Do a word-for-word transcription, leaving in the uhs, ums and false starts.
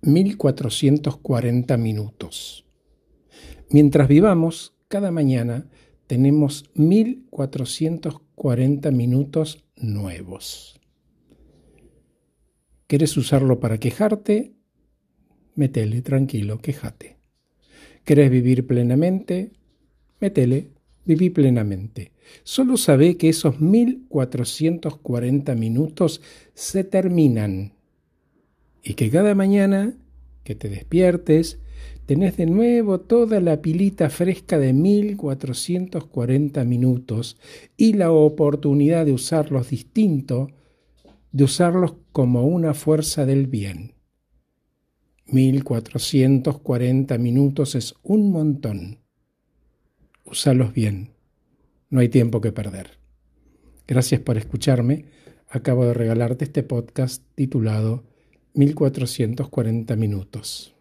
mil cuatrocientos cuarenta minutos. Mientras vivamos, cada mañana tenemos mil cuatrocientos cuarenta minutos nuevos. ¿Querés usarlo para quejarte? Metele, tranquilo, quejate. ¿Querés vivir plenamente? Metele, viví plenamente. Solo sabé que esos mil cuatrocientos cuarenta minutos se terminan y que cada mañana que te despiertes tenés de nuevo toda la pilita fresca de mil cuatrocientos cuarenta minutos y la oportunidad de usarlos distinto, de usarlos como una fuerza del bien. mil cuatrocientos cuarenta minutos es un montón. Úsalos bien. No hay tiempo que perder. Gracias por escucharme. Acabo de regalarte este podcast titulado mil cuatrocientos cuarenta minutos.